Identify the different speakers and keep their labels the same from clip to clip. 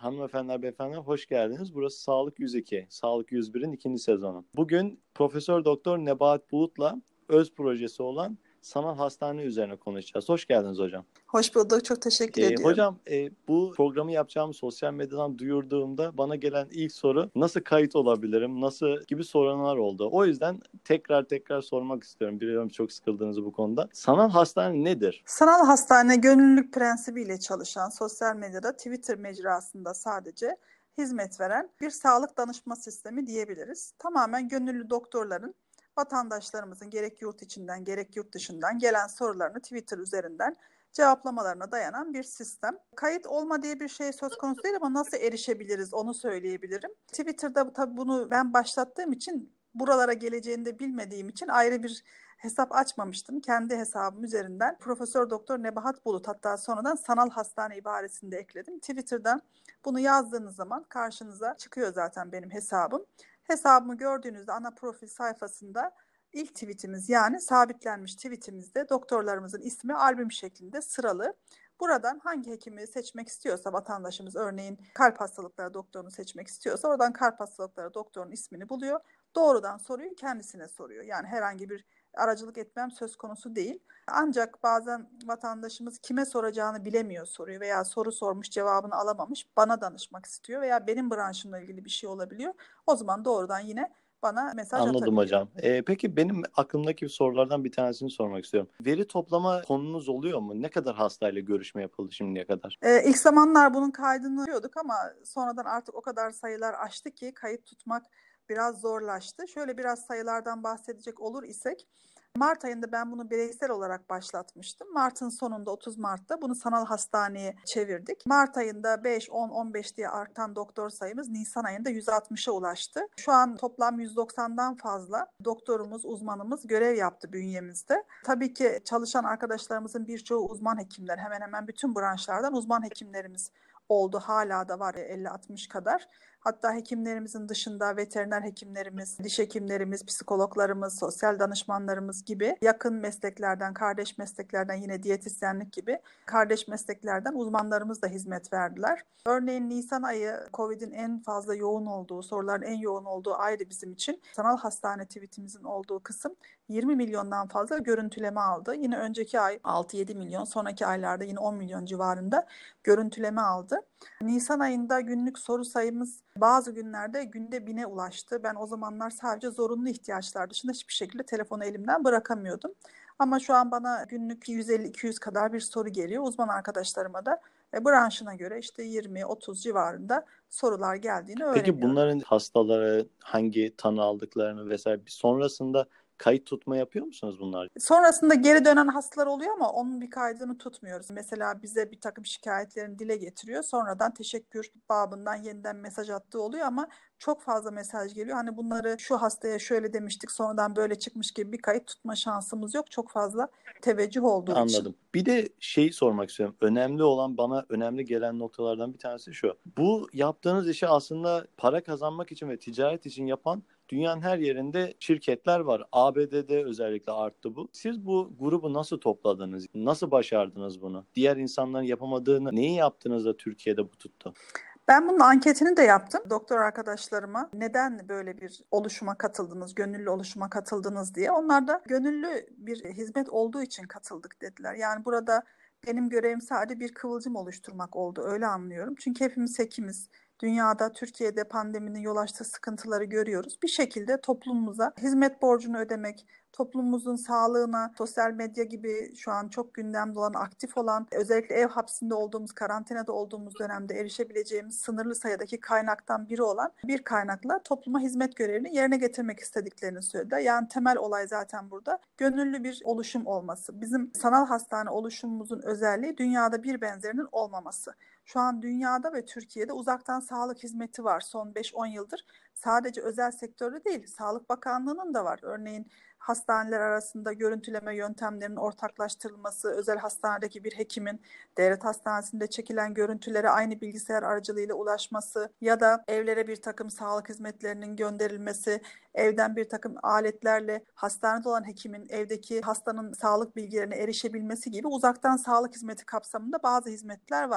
Speaker 1: Hanımefendiler, beyefendiler hoş geldiniz. Burası Sağlık 102, Sağlık 101'in ikinci sezonu. Bugün Profesör Doktor Nebahat Bulut'la öz projesi olan sanal hastane üzerine konuşacağız. Hoş geldiniz hocam.
Speaker 2: Hoş bulduk. Çok teşekkür ediyorum.
Speaker 1: Hocam bu programı yapacağımı sosyal medyadan duyurduğumda bana gelen ilk soru nasıl kayıt olabilirim, nasıl gibi sorunlar oldu. O yüzden tekrar sormak istiyorum. Biliyorum çok sıkıldığınızı bu konuda. Sanal hastane nedir?
Speaker 2: Sanal hastane gönüllülük prensibiyle çalışan, sosyal medyada, Twitter mecrasında sadece hizmet veren bir sağlık danışma sistemi diyebiliriz. Tamamen gönüllü doktorların vatandaşlarımızın gerek yurt içinden gerek yurt dışından gelen sorularını Twitter üzerinden cevaplamalarına dayanan bir sistem. Kayıt olma diye bir şey söz konusu değil ama nasıl erişebiliriz onu söyleyebilirim. Twitter'da tabii bunu ben başlattığım için buralara geleceğini de bilmediğim için ayrı bir hesap açmamıştım. Kendi hesabım üzerinden Profesör Doktor Nebahat Bulut, hatta sonradan sanal hastane ibaresini de ekledim. Twitter'dan bunu yazdığınız zaman karşınıza çıkıyor zaten benim hesabım. Hesabımı gördüğünüzde ana profil sayfasında ilk tweetimiz, yani sabitlenmiş tweetimizde doktorlarımızın ismi albüm şeklinde sıralı. Buradan hangi hekimi seçmek istiyorsa vatandaşımız, örneğin kalp hastalıkları doktorunu seçmek istiyorsa oradan kalp hastalıkları doktorunun ismini buluyor. Doğrudan soruyu kendisine soruyor. Yani herhangi bir aracılık etmem söz konusu değil. Ancak bazen vatandaşımız kime soracağını bilemiyor soruyu veya soru sormuş cevabını alamamış, bana danışmak istiyor veya benim branşımla ilgili bir şey olabiliyor. O zaman doğrudan yine bana mesaj
Speaker 1: Anladım
Speaker 2: atabiliyor.
Speaker 1: hocam. Peki benim aklımdaki sorulardan bir tanesini sormak istiyorum. Veri toplama konunuz oluyor mu? Ne kadar hastayla görüşme yapıldı şimdiye kadar?
Speaker 2: İlk zamanlar bunun kaydını yapıyorduk ama sonradan artık o kadar sayılar aştı ki kayıt tutmak biraz zorlaştı. Şöyle biraz sayılardan bahsedecek olur isek, Mart ayında ben bunu bireysel olarak başlatmıştım. Mart'ın sonunda 30 Mart'ta bunu sanal hastaneye çevirdik. Mart ayında 5, 10, 15 diye artan doktor sayımız Nisan ayında 160'a ulaştı. Şu an toplam 190'dan fazla doktorumuz, uzmanımız görev yaptı bünyemizde. Tabii ki çalışan arkadaşlarımızın birçoğu uzman hekimler. Hemen hemen bütün branşlardan uzman hekimlerimiz oldu. Hala da var 50-60 kadar. Hatta hekimlerimizin dışında veteriner hekimlerimiz, diş hekimlerimiz, psikologlarımız, sosyal danışmanlarımız gibi yakın mesleklerden, kardeş mesleklerden, yine diyetisyenlik gibi kardeş mesleklerden uzmanlarımız da hizmet verdiler. Örneğin Nisan ayı Covid'in en fazla yoğun olduğu, soruların en yoğun olduğu aydı bizim için. Sanal hastane tweetimizin olduğu kısım 20 milyondan fazla görüntüleme aldı. Yine önceki ay 6-7 milyon, sonraki aylarda yine 10 milyon civarında görüntüleme aldı. Nisan ayında günlük soru sayımız bazı günlerde günde 1000'e ulaştı. Ben o zamanlar sadece zorunlu ihtiyaçlar dışında hiçbir şekilde telefonu elimden bırakamıyordum. Ama şu an bana günlük 150-200 kadar bir soru geliyor. Uzman arkadaşlarıma da branşına göre işte 20-30 civarında sorular geldiğini
Speaker 1: Peki
Speaker 2: öğreniyorum.
Speaker 1: bunların hastalara hangi tanı aldıklarını vesaire sonrasında kayıt tutma yapıyor musunuz bunlar?
Speaker 2: Sonrasında geri dönen hastalar oluyor ama onun bir kaydını tutmuyoruz. Mesela bize bir takım şikayetlerini dile getiriyor. Sonradan teşekkür babından yeniden mesaj attığı oluyor ama çok fazla mesaj geliyor. Hani bunları şu hastaya şöyle demiştik, sonradan böyle çıkmış gibi bir kayıt tutma şansımız yok. Çok fazla teveccüh olduğu için.
Speaker 1: Anladım. Bir de şeyi sormak istiyorum. Önemli olan, bana önemli gelen noktalardan bir tanesi şu. Bu yaptığınız işi aslında para kazanmak için ve ticaret için yapan dünyanın her yerinde şirketler var. ABD'de özellikle arttı bu. Siz bu grubu nasıl topladınız? Nasıl başardınız bunu? Diğer insanların yapamadığını neyi yaptınız da Türkiye'de bu tuttu?
Speaker 2: Ben bunun anketini de yaptım doktor arkadaşlarıma. Neden böyle bir oluşuma katıldınız, gönüllü oluşuma katıldınız diye. Onlar da gönüllü bir hizmet olduğu için katıldık dediler. Yani burada benim görevim sadece bir kıvılcım oluşturmak oldu, öyle anlıyorum. Çünkü hepimiz hekimiz. Dünyada, Türkiye'de pandeminin yol açtığı sıkıntıları görüyoruz. Bir şekilde toplumumuza hizmet borcunu ödemek, toplumumuzun sağlığına, sosyal medya gibi şu an çok gündemde olan, aktif olan, özellikle ev hapsinde olduğumuz, karantinada olduğumuz dönemde erişebileceğimiz sınırlı sayıdaki kaynaktan biri olan bir kaynakla topluma hizmet görevini yerine getirmek istediklerini söylediler. Yani temel olay zaten burada gönüllü bir oluşum olması. Bizim sanal hastane oluşumumuzun özelliği dünyada bir benzerinin olmaması. Şu an dünyada ve Türkiye'de uzaktan sağlık hizmeti var son 5-10 yıldır. Sadece özel sektörde değil, Sağlık Bakanlığı'nın da var. Örneğin hastaneler arasında görüntüleme yöntemlerinin ortaklaştırılması, özel hastanedeki bir hekimin devlet hastanesinde çekilen görüntülere aynı bilgisayar aracılığıyla ulaşması ya da evlere bir takım sağlık hizmetlerinin gönderilmesi, evden bir takım aletlerle hastanede olan hekimin evdeki hastanın sağlık bilgilerine erişebilmesi gibi uzaktan sağlık hizmeti kapsamında bazı hizmetler var.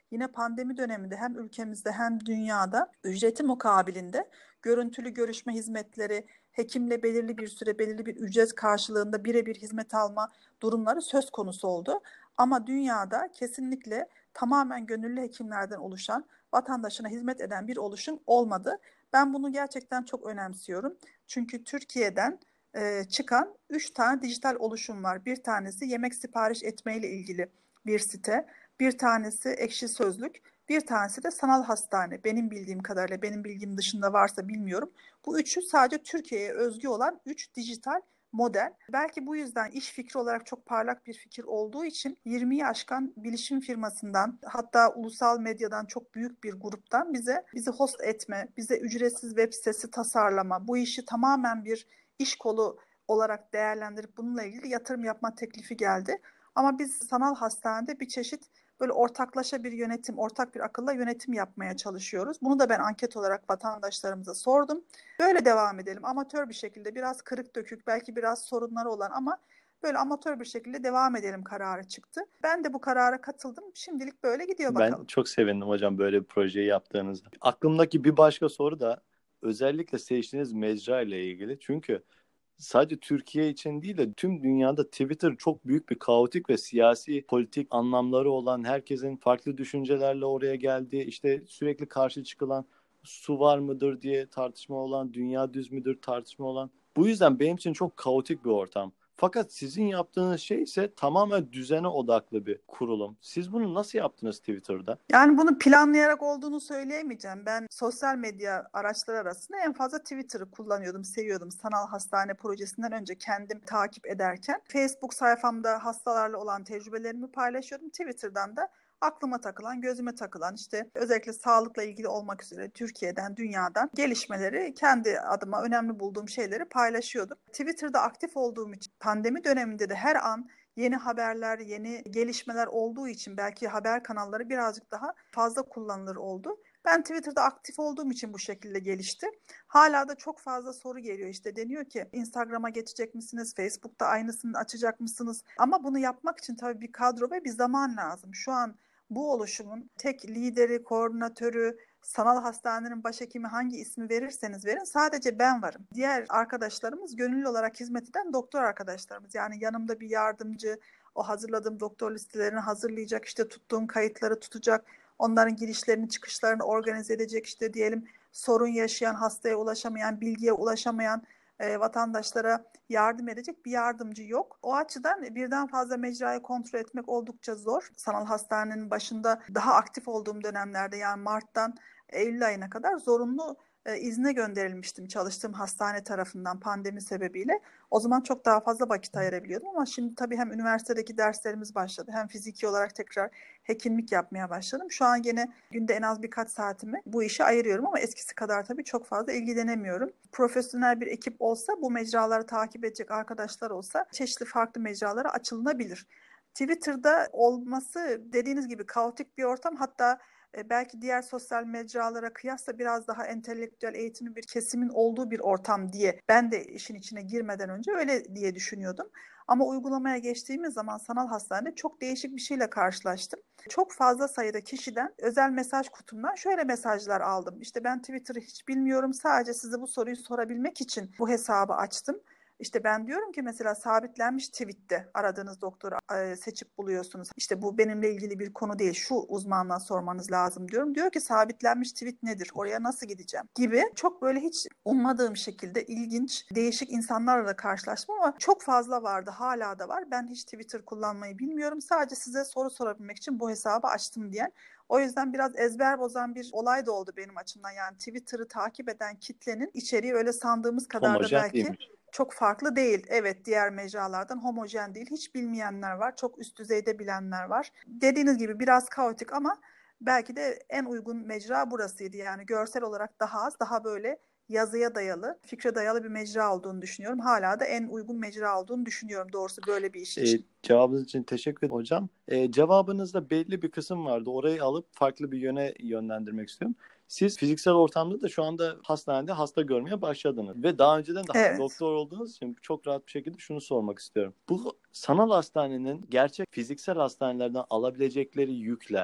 Speaker 2: yine pandemi döneminde hem ülkemizde hem dünyada ücreti mukabilinde görüntülü görüşme hizmetleri, hekimle belirli bir süre belirli bir ücret karşılığında birebir hizmet alma durumları söz konusu oldu. Ama dünyada kesinlikle tamamen gönüllü hekimlerden oluşan, vatandaşına hizmet eden bir oluşum olmadı. Ben bunu gerçekten çok önemsiyorum. Çünkü Türkiye'den çıkan 3 tane dijital oluşum var. Bir tanesi yemek sipariş etmeyle ilgili bir site, bir tanesi Ekşi Sözlük, bir tanesi de Sanal Hastane. Benim bildiğim kadarıyla, benim bilgim dışında varsa bilmiyorum. Bu üçü sadece Türkiye'ye özgü olan 3 dijital model. Belki bu yüzden iş fikri olarak çok parlak bir fikir olduğu için 20'yi aşkan bilişim firmasından, hatta ulusal medyadan çok büyük bir gruptan bizi host etme, bize ücretsiz web sitesi tasarlama, bu işi tamamen bir iş kolu olarak değerlendirip bununla ilgili yatırım yapma teklifi geldi. Ama biz sanal hastanede bir çeşit böyle ortaklaşa bir yönetim, ortak bir akılla yönetim yapmaya çalışıyoruz. Bunu da ben anket olarak vatandaşlarımıza sordum. Böyle devam edelim. Amatör bir şekilde, biraz kırık dökük, belki biraz sorunları olan ama böyle amatör bir şekilde devam edelim kararı çıktı. Ben de bu karara katıldım. Şimdilik böyle gidiyor
Speaker 1: Ben
Speaker 2: bakalım.
Speaker 1: çok sevindim hocam böyle bir projeyi yaptığınızda. Aklımdaki bir başka soru da özellikle seçtiğiniz mecra ile ilgili. Çünkü sadece Türkiye için değil de tüm dünyada Twitter çok büyük bir kaotik ve siyasi politik anlamları olan, herkesin farklı düşüncelerle oraya geldiği, işte sürekli karşı çıkılan, su var mıdır diye tartışma olan, dünya düz müdür tartışma olan. Bu yüzden benim için çok kaotik bir ortam. Fakat sizin yaptığınız şey ise tamamen düzene odaklı bir kurulum. Siz bunu nasıl yaptınız Twitter'da?
Speaker 2: Yani bunu planlayarak olduğunu söyleyemeyeceğim. Ben sosyal medya araçları arasında en fazla Twitter'ı kullanıyordum, seviyordum. Sanal hastane projesinden önce kendim takip ederken Facebook sayfamda hastalarla olan tecrübelerimi paylaşıyordum. Twitter'dan da aklıma takılan, gözüme takılan, işte özellikle sağlıkla ilgili olmak üzere Türkiye'den, dünyadan gelişmeleri, kendi adıma önemli bulduğum şeyleri paylaşıyordum. Twitter'da aktif olduğum için pandemi döneminde de her an yeni haberler, yeni gelişmeler olduğu için belki haber kanalları birazcık daha fazla kullanılır oldu. Ben Twitter'da aktif olduğum için bu şekilde gelişti. Hala da çok fazla soru geliyor, işte deniyor ki Instagram'a geçecek misiniz? Facebook'ta aynısını açacak mısınız? Ama bunu yapmak için tabii bir kadro ve bir zaman lazım. Şu an bu oluşumun tek lideri, koordinatörü, sanal hastanenin başhekimi, hangi ismi verirseniz verin, sadece ben varım. Diğer arkadaşlarımız gönüllü olarak hizmet eden doktor arkadaşlarımız. Yani yanımda bir yardımcı, o hazırladığım doktor listelerini hazırlayacak, işte tuttuğum kayıtları tutacak, onların girişlerini çıkışlarını organize edecek, işte diyelim sorun yaşayan, hastaya ulaşamayan, bilgiye ulaşamayan vatandaşlara yardım edecek bir yardımcı yok. O açıdan birden fazla mecrayı kontrol etmek oldukça zor. Sanal hastanenin başında daha aktif olduğum dönemlerde, yani Mart'tan Eylül ayına kadar zorunlu izne gönderilmiştim çalıştığım hastane tarafından pandemi sebebiyle. O zaman çok daha fazla vakit ayırabiliyordum ama şimdi tabii hem üniversitedeki derslerimiz başladı, hem fiziki olarak tekrar hekimlik yapmaya başladım. Şu an gene günde en az birkaç saatimi bu işe ayırıyorum ama eskisi kadar tabii çok fazla ilgilenemiyorum. Profesyonel bir ekip olsa, bu mecraları takip edecek arkadaşlar olsa çeşitli farklı mecralara açılınabilir. Twitter'da olması dediğiniz gibi kaotik bir ortam, hatta belki diğer sosyal mecralara kıyasla biraz daha entelektüel eğitimli bir kesimin olduğu bir ortam diye ben de işin içine girmeden önce öyle diye düşünüyordum. Ama uygulamaya geçtiğimiz zaman sanal hastanede çok değişik bir şeyle karşılaştım. Çok fazla sayıda kişiden özel mesaj kutumdan şöyle mesajlar aldım. İşte ben Twitter'ı hiç bilmiyorum, sadece size bu soruyu sorabilmek için bu hesabı açtım. İşte ben diyorum ki mesela sabitlenmiş tweette aradığınız doktoru seçip buluyorsunuz. İşte bu benimle ilgili bir konu değil, şu uzmanlığa sormanız lazım diyorum. Diyor ki sabitlenmiş tweet nedir? Oraya nasıl gideceğim? Gibi çok böyle hiç ummadığım şekilde ilginç, değişik insanlarla da karşılaştım ama çok fazla vardı. Hala da var. Ben hiç Twitter kullanmayı bilmiyorum. Sadece size soru sorabilmek için bu hesabı açtım diyen. O yüzden biraz ezber bozan bir olay da oldu benim açımdan. Yani Twitter'ı takip eden kitlenin içeriği öyle sandığımız kadar da
Speaker 1: Homojen
Speaker 2: belki
Speaker 1: değilmiş.
Speaker 2: çok farklı değil. Evet, diğer mecralardan homojen değil. Hiç bilmeyenler var. Çok üst düzeyde bilenler var. Dediğiniz gibi biraz kaotik ama belki de en uygun mecra burasıydı. Yani görsel olarak daha az, daha böyle yazıya dayalı, fikre dayalı bir mecra olduğunu düşünüyorum. Hala da en uygun mecra olduğunu düşünüyorum doğrusu böyle bir iş için.
Speaker 1: Cevabınız için teşekkür ederim hocam. Cevabınızda belli bir kısım vardı. Orayı alıp farklı bir yöne yönlendirmek istiyorum. Siz fiziksel ortamda da şu anda hastanede hasta görmeye başladınız. Ve daha önceden de
Speaker 2: Evet.
Speaker 1: doktor olduğunuz için çok rahat bir şekilde şunu sormak istiyorum. Bu sanal hastanenin gerçek fiziksel hastanelerden alabilecekleri yükler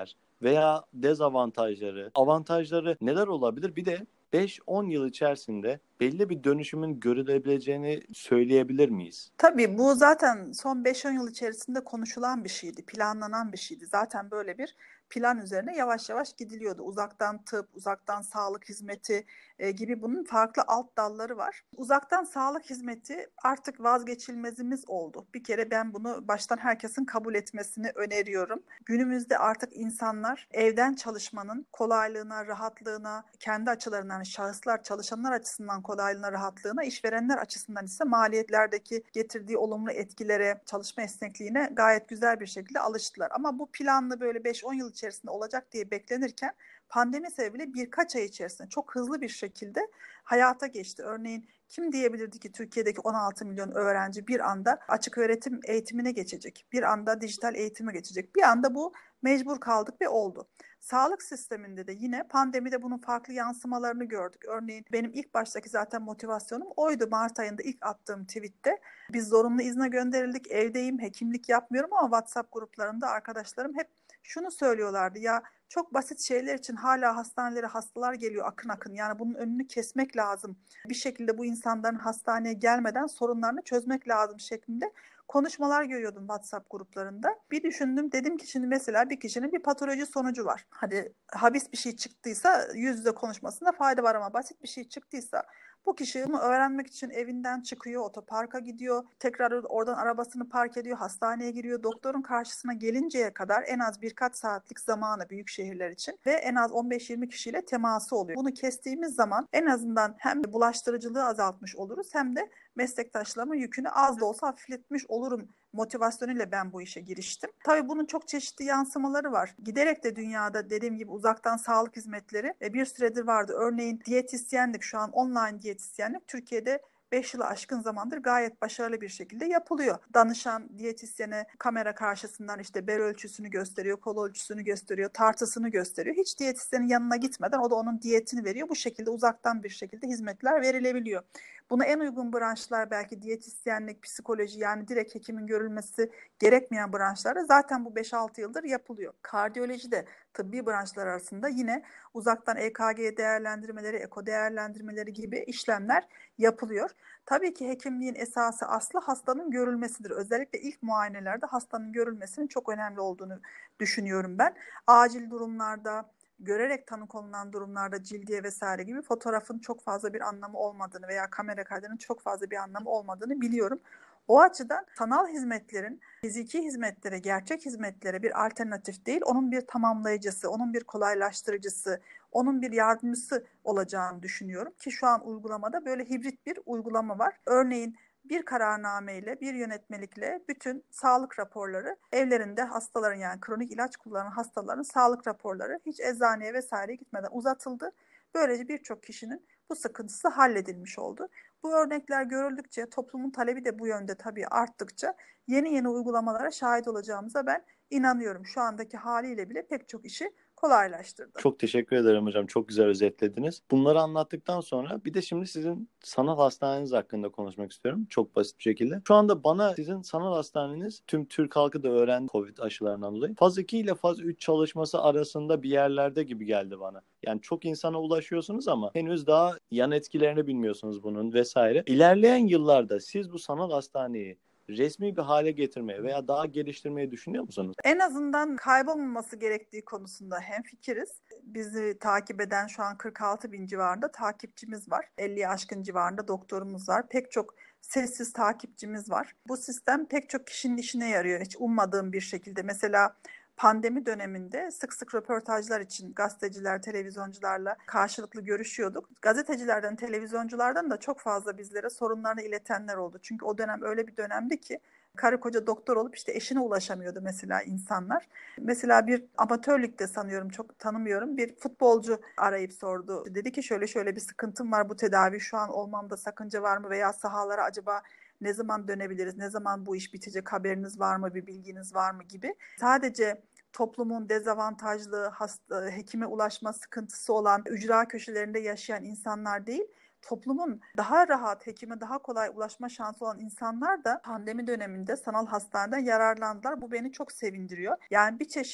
Speaker 1: veya dezavantajları, avantajları neler olabilir? Bir de 5-10 yıl içerisinde belli bir dönüşümün görülebileceğini söyleyebilir miyiz?
Speaker 2: Tabii bu zaten son 5-10 yıl içerisinde konuşulan bir şeydi, planlanan bir şeydi. Zaten böyle bir plan üzerine yavaş yavaş gidiliyordu. Uzaktan tıp, uzaktan sağlık hizmeti gibi bunun farklı alt dalları var. Uzaktan sağlık hizmeti artık vazgeçilmezimiz oldu. Bir kere ben bunu baştan herkesin kabul etmesini öneriyorum. Günümüzde artık insanlar evden çalışmanın kolaylığına, rahatlığına, kendi açılarından, şahıslar, çalışanlar açısından kolaylığına, rahatlığına, işverenler açısından ise maliyetlerdeki getirdiği olumlu etkilere, çalışma esnekliğine gayet güzel bir şekilde alıştılar. Ama bu planlı böyle 5-10 yıl içerisinde olacak diye beklenirken pandemi sebebiyle birkaç ay içerisinde çok hızlı bir şekilde hayata geçti. Örneğin kim diyebilirdi ki Türkiye'deki 16 milyon öğrenci bir anda açık öğretim eğitimine geçecek, bir anda dijital eğitime geçecek, bir anda bu mecbur kaldık ve oldu. Sağlık sisteminde de yine pandemide bunun farklı yansımalarını gördük. Örneğin benim ilk baştaki zaten motivasyonum oydu. Mart ayında ilk attığım tweette biz zorunlu izne gönderildik, evdeyim, hekimlik yapmıyorum ama WhatsApp gruplarında arkadaşlarım hep şunu söylüyorlardı ya çok basit şeyler için hala hastanelere hastalar geliyor akın akın. Yani bunun önünü kesmek lazım. Bir şekilde bu insanların hastaneye gelmeden sorunlarını çözmek lazım şeklinde konuşmalar görüyordum WhatsApp gruplarında. Bir düşündüm dedim ki şimdi mesela bir kişinin bir patoloji sonucu var. Hadi habis bir şey çıktıysa yüz yüze konuşmasında fayda var ama basit bir şey çıktıysa bu kişi bunu öğrenmek için evinden çıkıyor, otoparka gidiyor, tekrar oradan arabasını park ediyor, hastaneye giriyor. Doktorun karşısına gelinceye kadar en az birkaç saatlik zamanı büyük şehirler için ve en az 15-20 kişiyle teması oluyor. Bunu kestiğimiz zaman en azından hem bulaştırıcılığı azaltmış oluruz hem de meslektaşlarımın yükünü az da olsa hafifletmiş olurum motivasyonuyla ben bu işe giriştim. Tabii bunun çok çeşitli yansımaları var. Giderek de dünyada dediğim gibi uzaktan sağlık hizmetleri bir süredir vardı. Örneğin diyetisyenlik şu an online diyetisyenlik Türkiye'de 5 yılı aşkın zamandır gayet başarılı bir şekilde yapılıyor. Danışan diyetisyene kamera karşısından işte bel ölçüsünü gösteriyor, kol ölçüsünü gösteriyor, tartısını gösteriyor. Hiç diyetisyenin yanına gitmeden o da onun diyetini veriyor. Bu şekilde uzaktan bir şekilde hizmetler verilebiliyor. Buna en uygun branşlar belki diyetisyenlik, psikoloji yani direkt hekimin görülmesi gerekmeyen branşlarda zaten bu 5-6 yıldır yapılıyor. Kardiyoloji de tıbbi branşlar arasında yine uzaktan EKG değerlendirmeleri, eko değerlendirmeleri gibi işlemler yapılıyor. Tabii ki hekimliğin esası aslı hastanın görülmesidir. Özellikle ilk muayenelerde hastanın görülmesinin çok önemli olduğunu düşünüyorum ben. Acil durumlarda, görerek tanı konulan durumlarda cildiye vesaire gibi fotoğrafın çok fazla bir anlamı olmadığını veya kamera kaydının çok fazla bir anlamı olmadığını biliyorum. O açıdan sanal hizmetlerin fiziki hizmetlere, gerçek hizmetlere bir alternatif değil, onun bir tamamlayıcısı, onun bir kolaylaştırıcısı, onun bir yardımcısı olacağını düşünüyorum ki şu an uygulamada böyle hibrit bir uygulama var. Örneğin bir kararnameyle, bir yönetmelikle bütün sağlık raporları evlerinde hastaların yani kronik ilaç kullanan hastaların sağlık raporları hiç eczaneye vesaire gitmeden uzatıldı. Böylece birçok kişinin bu sıkıntısı halledilmiş oldu. Bu örnekler görüldükçe toplumun talebi de bu yönde tabii arttıkça yeni uygulamalara şahit olacağımıza ben inanıyorum. Şu andaki haliyle bile pek çok işi kolaylaştırdı.
Speaker 1: Çok teşekkür ederim hocam. Çok güzel özetlediniz. Bunları anlattıktan sonra bir de şimdi sizin sanal hastaneniz hakkında konuşmak istiyorum. Çok basit bir şekilde. Şu anda bana sizin sanal hastaneniz tüm Türk halkı da öğrendi Covid aşılarından dolayı. Faz 2 ile faz 3 çalışması arasında bir yerlerde gibi geldi bana. Yani çok insana ulaşıyorsunuz ama henüz daha yan etkilerini bilmiyorsunuz bunun vesaire. İlerleyen yıllarda siz bu sanal hastaneyi resmi bir hale getirmeye veya daha geliştirmeyi düşünüyor musunuz?
Speaker 2: En azından kaybolmaması gerektiği konusunda hemfikiriz. Bizi takip eden şu an 46 bin civarında takipçimiz var. 50'yi aşkın civarında doktorumuz var. Pek çok sessiz takipçimiz var. Bu sistem pek çok kişinin işine yarıyor. Hiç ummadığım bir şekilde. Mesela pandemi döneminde sık sık röportajlar için gazeteciler, televizyoncularla karşılıklı görüşüyorduk. Gazetecilerden, televizyonculardan da çok fazla bizlere sorunlarını iletenler oldu. Çünkü o dönem öyle bir dönemdi ki karı koca doktor olup işte eşine ulaşamıyordu mesela insanlar. Mesela bir amatör ligde sanıyorum çok tanımıyorum bir futbolcu arayıp sordu. Dedi ki şöyle şöyle bir sıkıntım var bu tedavi şu an olmamda sakınca var mı veya sahalara acaba ne zaman dönebiliriz, ne zaman bu iş bitecek haberiniz var mı, bir bilginiz var mı gibi. Sadece toplumun dezavantajlı, hekime ulaşma sıkıntısı olan, ücra köşelerinde yaşayan insanlar değil, toplumun daha rahat, hekime daha kolay ulaşma şansı olan insanlar da pandemi döneminde sanal hastaneden yararlandılar. Bu beni çok sevindiriyor. Yani bir çeşit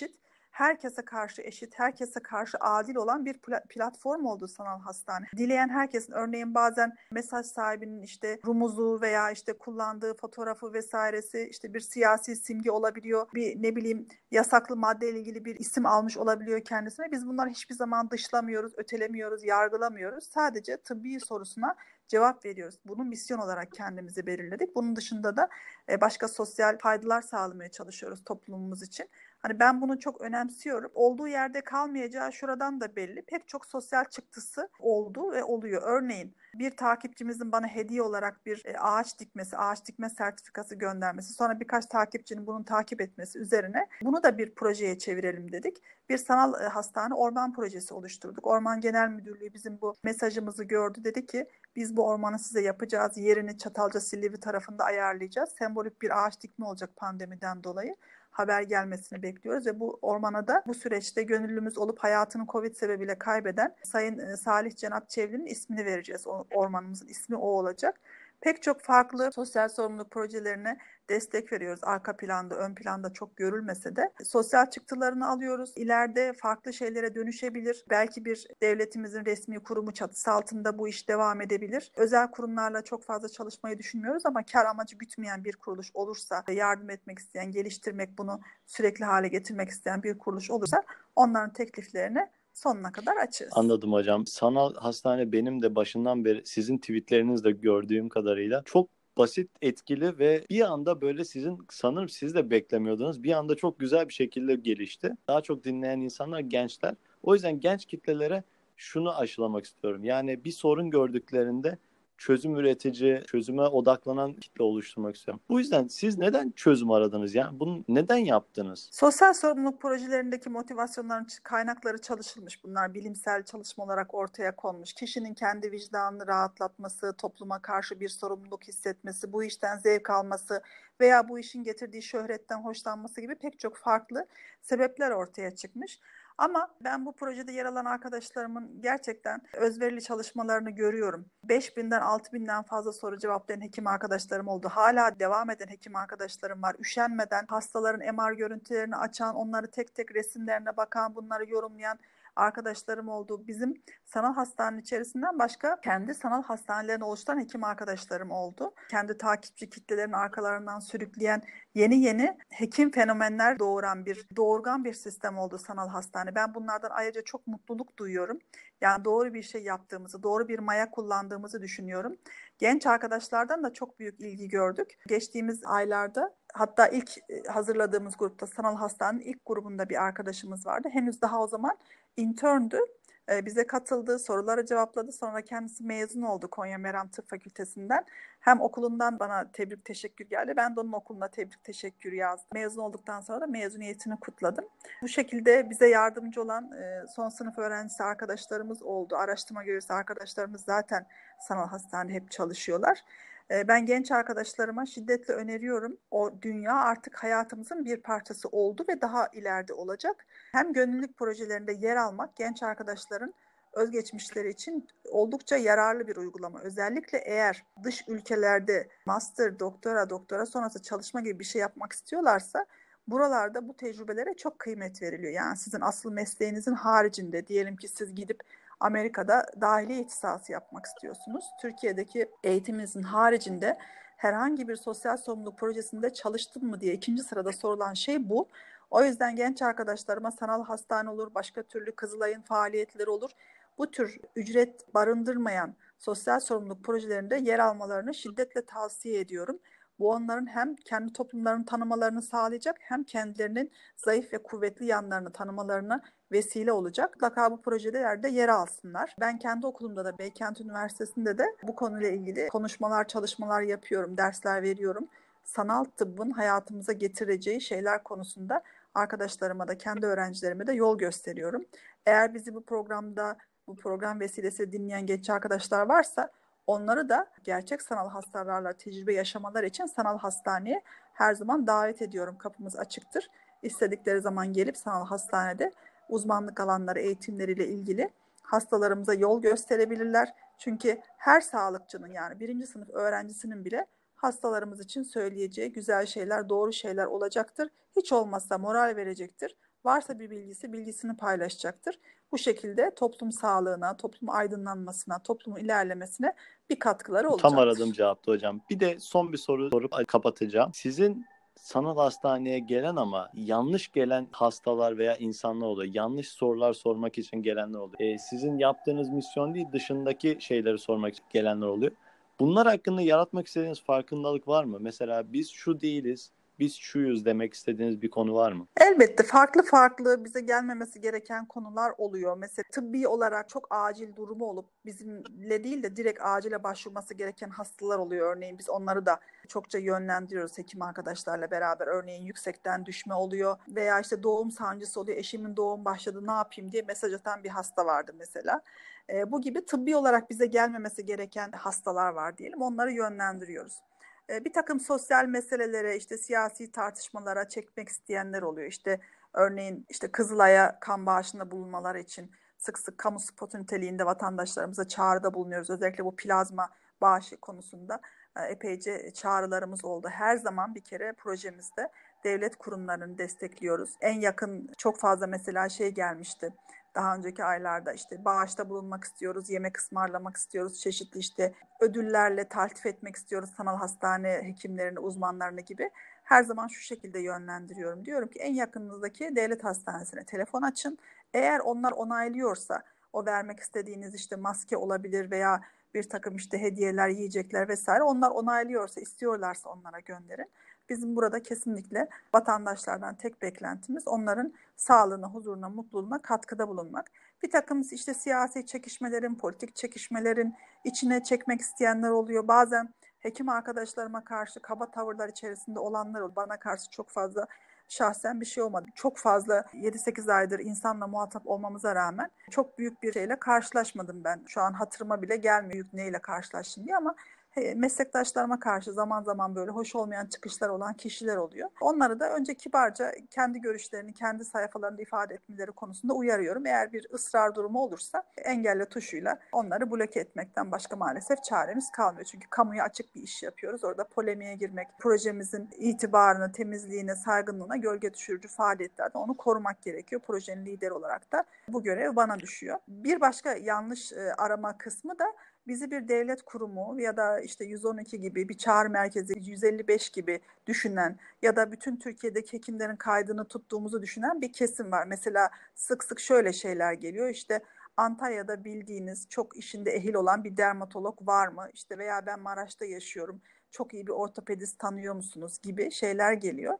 Speaker 2: herkese karşı eşit, herkese karşı adil olan bir platform oldu sanal hastane. Dileyen herkesin, örneğin bazen mesaj sahibinin işte rumuzu veya işte kullandığı fotoğrafı vesairesi işte bir siyasi simge olabiliyor. Bir ne bileyim yasaklı maddeyle ilgili bir isim almış olabiliyor kendisine. Biz bunları hiçbir zaman dışlamıyoruz, ötelemiyoruz, yargılamıyoruz. Sadece tıbbi sorusuna cevap veriyoruz. Bunu misyon olarak kendimizi belirledik. Bunun dışında da başka sosyal faydalar sağlamaya çalışıyoruz toplumumuz için. Hani ben bunu çok önemsiyorum. Olduğu yerde kalmayacağı şuradan da belli. Pek çok sosyal çıktısı oldu ve oluyor. Örneğin bir takipçimizin bana hediye olarak bir ağaç dikmesi, ağaç dikme sertifikası göndermesi, sonra birkaç takipçinin bunu takip etmesi üzerine bunu da bir projeye çevirelim dedik. Bir sanal hastane orman projesi oluşturduk. Orman Genel Müdürlüğü bizim bu mesajımızı gördü. Dedi ki biz bu ormanı size yapacağız. Yerini Çatalca Silivri tarafında ayarlayacağız. Sembolik bir ağaç dikme olacak pandemiden dolayı. Haber gelmesini bekliyoruz ve bu ormana da bu süreçte gönüllümüz olup hayatını Covid sebebiyle kaybeden Sayın Salih Cenap Çevri'nin ismini vereceğiz. Ormanımızın ismi o olacak. Pek çok farklı sosyal sorumluluk projelerine destek veriyoruz. Arka planda, ön planda çok görülmese de sosyal çıktılarını alıyoruz. İleride farklı şeylere dönüşebilir. Belki bir devletimizin resmi kurumu çatısı altında bu iş devam edebilir. Özel kurumlarla çok fazla çalışmayı düşünmüyoruz ama kar amacı gütmeyen bir kuruluş olursa, yardım etmek isteyen, geliştirmek, bunu sürekli hale getirmek isteyen bir kuruluş olursa onların tekliflerine sonuna kadar açığız.
Speaker 1: Anladım hocam. Sanal hastane benim de başından beri sizin tweetlerinizde gördüğüm kadarıyla çok basit, etkili ve bir anda böyle sanırım siz de beklemiyordunuz. Bir anda çok güzel bir şekilde gelişti. Daha çok dinleyen insanlar gençler. O yüzden genç kitlelere şunu aşılamak istiyorum. Yani bir sorun gördüklerinde çözüm üretici, çözüme odaklanan kitle oluşturmak istiyorum. Bu yüzden siz neden çözüm aradınız? Yani bunu neden yaptınız?
Speaker 2: Sosyal sorumluluk projelerindeki motivasyonların kaynakları çalışılmış. Bunlar bilimsel çalışma olarak ortaya konmuş. Kişinin kendi vicdanını rahatlatması, topluma karşı bir sorumluluk hissetmesi, bu işten zevk alması veya bu işin getirdiği şöhretten hoşlanması gibi pek çok farklı sebepler ortaya çıkmış. Ama ben bu projede yer alan arkadaşlarımın gerçekten özverili çalışmalarını görüyorum. 5.000'den 6.000'den fazla soru cevaplayan hekim arkadaşlarım oldu. Hala devam eden hekim arkadaşlarım var. Üşenmeden hastaların MR görüntülerini açan, onları tek tek resimlerine bakan, bunları yorumlayan arkadaşlarım oldu. Bizim sanal hastanenin içerisinden başka kendi sanal hastanelerini oluşturan hekim arkadaşlarım oldu. Kendi takipçi kitlelerin arkalarından sürükleyen yeni hekim fenomenler doğuran doğurgan bir sistem oldu sanal hastane. Ben bunlardan ayrıca çok mutluluk duyuyorum. Yani doğru bir şey yaptığımızı, doğru bir maya kullandığımızı düşünüyorum. Genç arkadaşlardan da çok büyük ilgi gördük. Geçtiğimiz aylarda hatta ilk hazırladığımız grupta sanal hastanenin ilk grubunda bir arkadaşımız vardı. Henüz daha o zaman interndü. Bize katıldı, soruları cevapladı. Sonra kendisi mezun oldu Konya Meram Tıp Fakültesinden. Hem okulundan bana tebrik teşekkür geldi. Ben de onun okuluna tebrik teşekkür yazdım. Mezun olduktan sonra da mezuniyetini kutladım. Bu şekilde bize yardımcı olan son sınıf öğrencisi arkadaşlarımız oldu. Araştırma görevlisi arkadaşlarımız zaten sanal hastanede hep çalışıyorlar. Ben genç arkadaşlarıma şiddetle öneriyorum. O dünya artık hayatımızın bir parçası oldu ve daha ileride olacak. Hem gönüllülük projelerinde yer almak genç arkadaşların özgeçmişleri için oldukça yararlı bir uygulama. Özellikle eğer dış ülkelerde master, doktora sonrası çalışma gibi bir şey yapmak istiyorlarsa buralarda bu tecrübelere çok kıymet veriliyor. Yani sizin asıl mesleğinizin haricinde diyelim ki siz gidip Amerika'da dahiliye ihtisası yapmak istiyorsunuz. Türkiye'deki eğitiminizin haricinde herhangi bir sosyal sorumluluk projesinde çalıştın mı diye ikinci sırada sorulan şey bu. O yüzden genç arkadaşlarıma sanal hastane olur, başka türlü Kızılay'ın faaliyetleri olur. Bu tür ücret barındırmayan sosyal sorumluluk projelerinde yer almalarını şiddetle tavsiye ediyorum. Bu onların hem kendi toplumlarını tanımalarını sağlayacak hem kendilerinin zayıf ve kuvvetli yanlarını tanımalarına vesile olacak. Mutlaka bu projelerde yer alsınlar. Ben kendi okulumda da Beykent Üniversitesi'nde de bu konuyla ilgili konuşmalar, çalışmalar yapıyorum, dersler veriyorum. Sanal tıbbın hayatımıza getireceği şeyler konusunda arkadaşlarıma da kendi öğrencilerime de yol gösteriyorum. Eğer bizi bu program vesilesiyle dinleyen genç arkadaşlar varsa onları da gerçek sanal hastalarla tecrübe yaşamalar için sanal hastaneye her zaman davet ediyorum. Kapımız açıktır. İstedikleri zaman gelip sanal hastanede uzmanlık alanları, eğitimleriyle ilgili hastalarımıza yol gösterebilirler. Çünkü her sağlıkçının yani birinci sınıf öğrencisinin bile hastalarımız için söyleyeceği güzel şeyler, doğru şeyler olacaktır. Hiç olmazsa moral verecektir. Varsa bir bilgisi, bilgisini paylaşacaktır. Bu şekilde toplum sağlığına, toplum aydınlanmasına, toplumun ilerlemesine bir katkıları
Speaker 1: Tam aradığım
Speaker 2: olacaktır.
Speaker 1: cevaptı hocam. Bir de son bir soru sorup kapatacağım. Sizin sanal hastaneye gelen ama yanlış gelen hastalar veya insanlar oluyor. Yanlış sorular sormak için gelenler oluyor. Sizin yaptığınız misyon değil, dışındaki şeyleri sormak için gelenler oluyor. Bunlar hakkında yaratmak istediğiniz farkındalık var mı? Mesela biz şu değiliz, biz şuyuz demek istediğiniz bir konu var mı?
Speaker 2: Elbette farklı farklı bize gelmemesi gereken konular oluyor. Mesela tıbbi olarak çok acil durumu olup bizimle değil de direkt acile başvurması gereken hastalar oluyor. Örneğin biz onları da çokça yönlendiriyoruz hekim arkadaşlarla beraber. Örneğin yüksekten düşme oluyor veya işte doğum sancısı oluyor. Eşimin doğum başladı, ne yapayım diye mesaj atan bir hasta vardı mesela. Bu gibi tıbbi olarak bize gelmemesi gereken hastalar var diyelim. Onları yönlendiriyoruz. Bir takım sosyal meselelere, işte siyasi tartışmalara çekmek isteyenler oluyor. İşte örneğin işte Kızılay'a kan bağışında bulunmaları için sık sık kamu spotu niteliğinde vatandaşlarımıza çağrıda bulunuyoruz. Özellikle bu plazma bağışı konusunda epeyce çağrılarımız oldu. Her zaman bir kere projemizde devlet kurumlarını destekliyoruz. En yakın çok fazla mesela şey gelmişti. Daha önceki aylarda işte bağışta bulunmak istiyoruz, yemek ısmarlamak istiyoruz, çeşitli işte ödüllerle taltif etmek istiyoruz sanal hastane hekimlerini, uzmanlarını gibi. Her zaman şu şekilde yönlendiriyorum. Diyorum ki en yakınınızdaki devlet hastanesine telefon açın. Eğer onlar onaylıyorsa o vermek istediğiniz işte maske olabilir veya bir takım işte hediyeler, yiyecekler vesaire, onlar onaylıyorsa, istiyorlarsa onlara gönderin. Bizim burada kesinlikle vatandaşlardan tek beklentimiz onların sağlığına, huzuruna, mutluluğuna katkıda bulunmak. Bir takım işte siyasi çekişmelerin, politik çekişmelerin içine çekmek isteyenler oluyor. Bazen hekim arkadaşlarıma karşı kaba tavırlar içerisinde olanlar oluyor. Bana karşı çok fazla şahsen bir şey olmadı. Çok fazla 7-8 aydır insanla muhatap olmamıza rağmen çok büyük bir şeyle karşılaşmadım ben. Şu an hatırıma bile gelmiyor neyle karşılaştım diye, ama meslektaşlarıma karşı zaman zaman böyle hoş olmayan çıkışlar olan kişiler oluyor. Onları da önce kibarca kendi görüşlerini kendi sayfalarında ifade etmeleri konusunda uyarıyorum. Eğer bir ısrar durumu olursa engelle tuşuyla onları bloke etmekten başka maalesef çaremiz kalmıyor. Çünkü kamuya açık bir iş yapıyoruz. Orada polemiğe girmek, projemizin itibarını, temizliğine, saygınlığına gölge düşürücü faaliyetlerden onu korumak gerekiyor. Projenin lideri olarak da bu görev bana düşüyor. Bir başka yanlış arama kısmı da bizi bir devlet kurumu ya da işte 112 gibi bir çağrı merkezi, 155 gibi düşünen ya da bütün Türkiye'deki hekimlerin kaydını tuttuğumuzu düşünen bir kesim var. Mesela sık sık şöyle şeyler geliyor. İşte Antalya'da bildiğiniz çok işinde ehil olan bir dermatolog var mı? İşte veya ben Maraş'ta yaşıyorum, çok iyi bir ortopedist tanıyor musunuz gibi şeyler geliyor.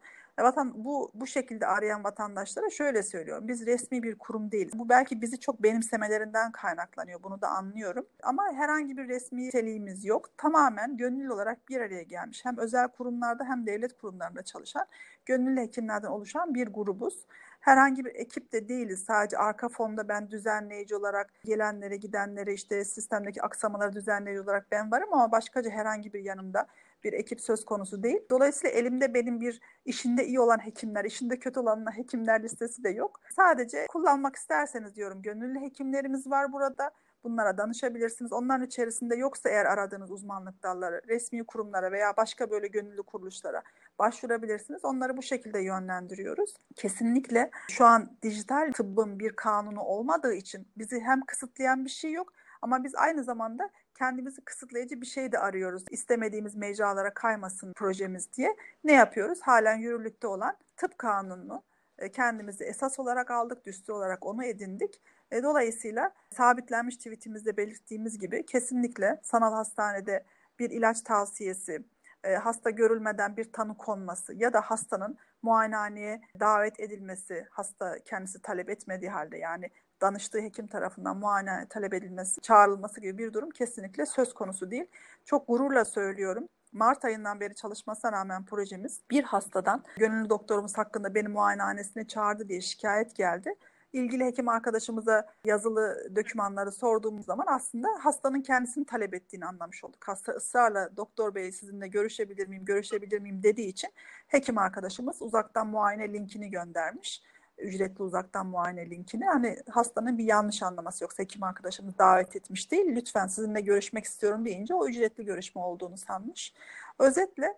Speaker 2: Bu şekilde arayan vatandaşlara şöyle söylüyorum. Biz resmi bir kurum değiliz. Bu belki bizi çok benimsemelerinden kaynaklanıyor. Bunu da anlıyorum. Ama herhangi bir resmi niteliğimiz yok. Tamamen gönüllü olarak bir araya gelmiş. Hem özel kurumlarda hem devlet kurumlarında çalışan gönüllü hekimlerden oluşan bir grubuz. Herhangi bir ekip de değiliz. Sadece arka fonda ben düzenleyici olarak gelenlere, gidenlere, işte sistemdeki aksamaları düzenleyici olarak ben varım, ama başkaca herhangi bir yanımda bir ekip söz konusu değil. Dolayısıyla elimde benim bir işinde iyi olan hekimler, işinde kötü olan hekimler listesi de yok. Sadece kullanmak isterseniz diyorum, gönüllü hekimlerimiz var burada. Bunlara danışabilirsiniz. Onların içerisinde yoksa eğer aradığınız uzmanlık dalları, resmi kurumlara veya başka böyle gönüllü kuruluşlara başvurabilirsiniz. Onları bu şekilde yönlendiriyoruz. Kesinlikle şu an dijital tıbbın bir kanunu olmadığı için bizi hem kısıtlayan bir şey yok, ama biz aynı zamanda kendimizi kısıtlayıcı bir şey de arıyoruz. İstemediğimiz mecralara kaymasın projemiz diye. Ne yapıyoruz? Halen yürürlükte olan tıp kanununu kendimizi esas olarak aldık, düstur olarak onu edindik. Dolayısıyla sabitlenmiş tweetimizde belirttiğimiz gibi kesinlikle sanal hastanede bir ilaç tavsiyesi, hasta görülmeden bir tanı konması ya da hastanın muayenehaneye davet edilmesi, hasta kendisi talep etmediği halde, yani danıştığı hekim tarafından muayene talep edilmesi, çağrılması gibi bir durum kesinlikle söz konusu değil. Çok gururla söylüyorum. Mart ayından beri çalışmasına rağmen projemiz bir hastadan gönüllü doktorumuz hakkında beni muayenehanesine çağırdı diye şikayet geldi. İlgili hekim arkadaşımıza yazılı dokümanları sorduğumuz zaman aslında hastanın kendisini talep ettiğini anlamış olduk. Hasta ısrarla doktor bey sizinle görüşebilir miyim dediği için hekim arkadaşımız uzaktan muayene linkini göndermiş. Ücretli uzaktan muayene linkini. Hani hastanın bir yanlış anlaması yoksa hekim arkadaşımız davet etmiş değil. Lütfen sizinle görüşmek istiyorum deyince o ücretli görüşme olduğunu sanmış. Özetle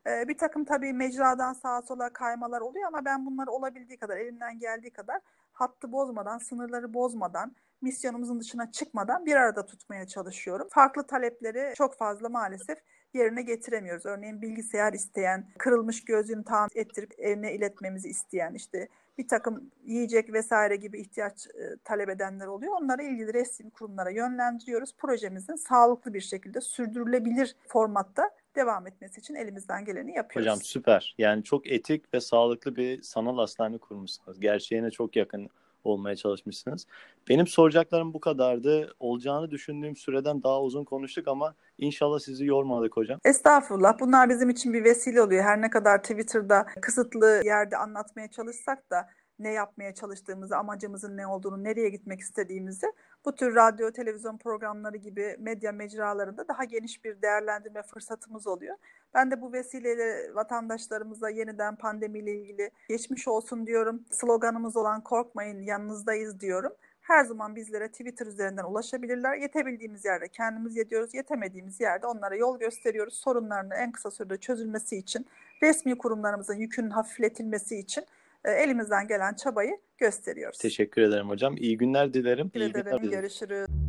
Speaker 2: Bir takım tabii mecradan sağa sola kaymalar oluyor ama ben bunları olabildiği kadar, elimden geldiği kadar hattı bozmadan, sınırları bozmadan, misyonumuzun dışına çıkmadan bir arada tutmaya çalışıyorum. Farklı talepleri çok fazla maalesef yerine getiremiyoruz. Örneğin bilgisayar isteyen, kırılmış gözlüğünü tamir ettirip evine iletmemizi isteyen, işte bir takım yiyecek vesaire gibi ihtiyaç talep edenler oluyor. Onları ilgili resmi kurumlara yönlendiriyoruz. Projemizin sağlıklı bir şekilde sürdürülebilir formatta devam etmesi için elimizden geleni yapıyoruz.
Speaker 1: Hocam süper. Yani çok etik ve sağlıklı bir sanal hastane kurmuşsunuz. Gerçeğine çok yakın olmaya çalışmışsınız. Benim soracaklarım bu kadardı. Olacağını düşündüğüm süreden daha uzun konuştuk ama inşallah sizi yormadık hocam.
Speaker 2: Estağfurullah. Bunlar bizim için bir vesile oluyor. Her ne kadar Twitter'da kısıtlı yerde anlatmaya çalışsak da ne yapmaya çalıştığımızı, amacımızın ne olduğunu, nereye gitmek istediğimizi bu tür radyo, televizyon programları gibi medya mecralarında daha geniş bir değerlendirme fırsatımız oluyor. Ben de bu vesileyle vatandaşlarımıza yeniden pandemiyle ilgili geçmiş olsun diyorum. Sloganımız olan korkmayın yanınızdayız diyorum. Her zaman bizlere Twitter üzerinden ulaşabilirler. Yetebildiğimiz yerde kendimiz yetiyoruz. Yetemediğimiz yerde onlara yol gösteriyoruz. Sorunlarını en kısa sürede çözülmesi için, resmi kurumlarımızın yükünün hafifletilmesi için elimizden gelen çabayı gösteriyoruz.
Speaker 1: Teşekkür ederim hocam. İyi günler dilerim.
Speaker 2: Teşekkür ederim. Görüşürüz.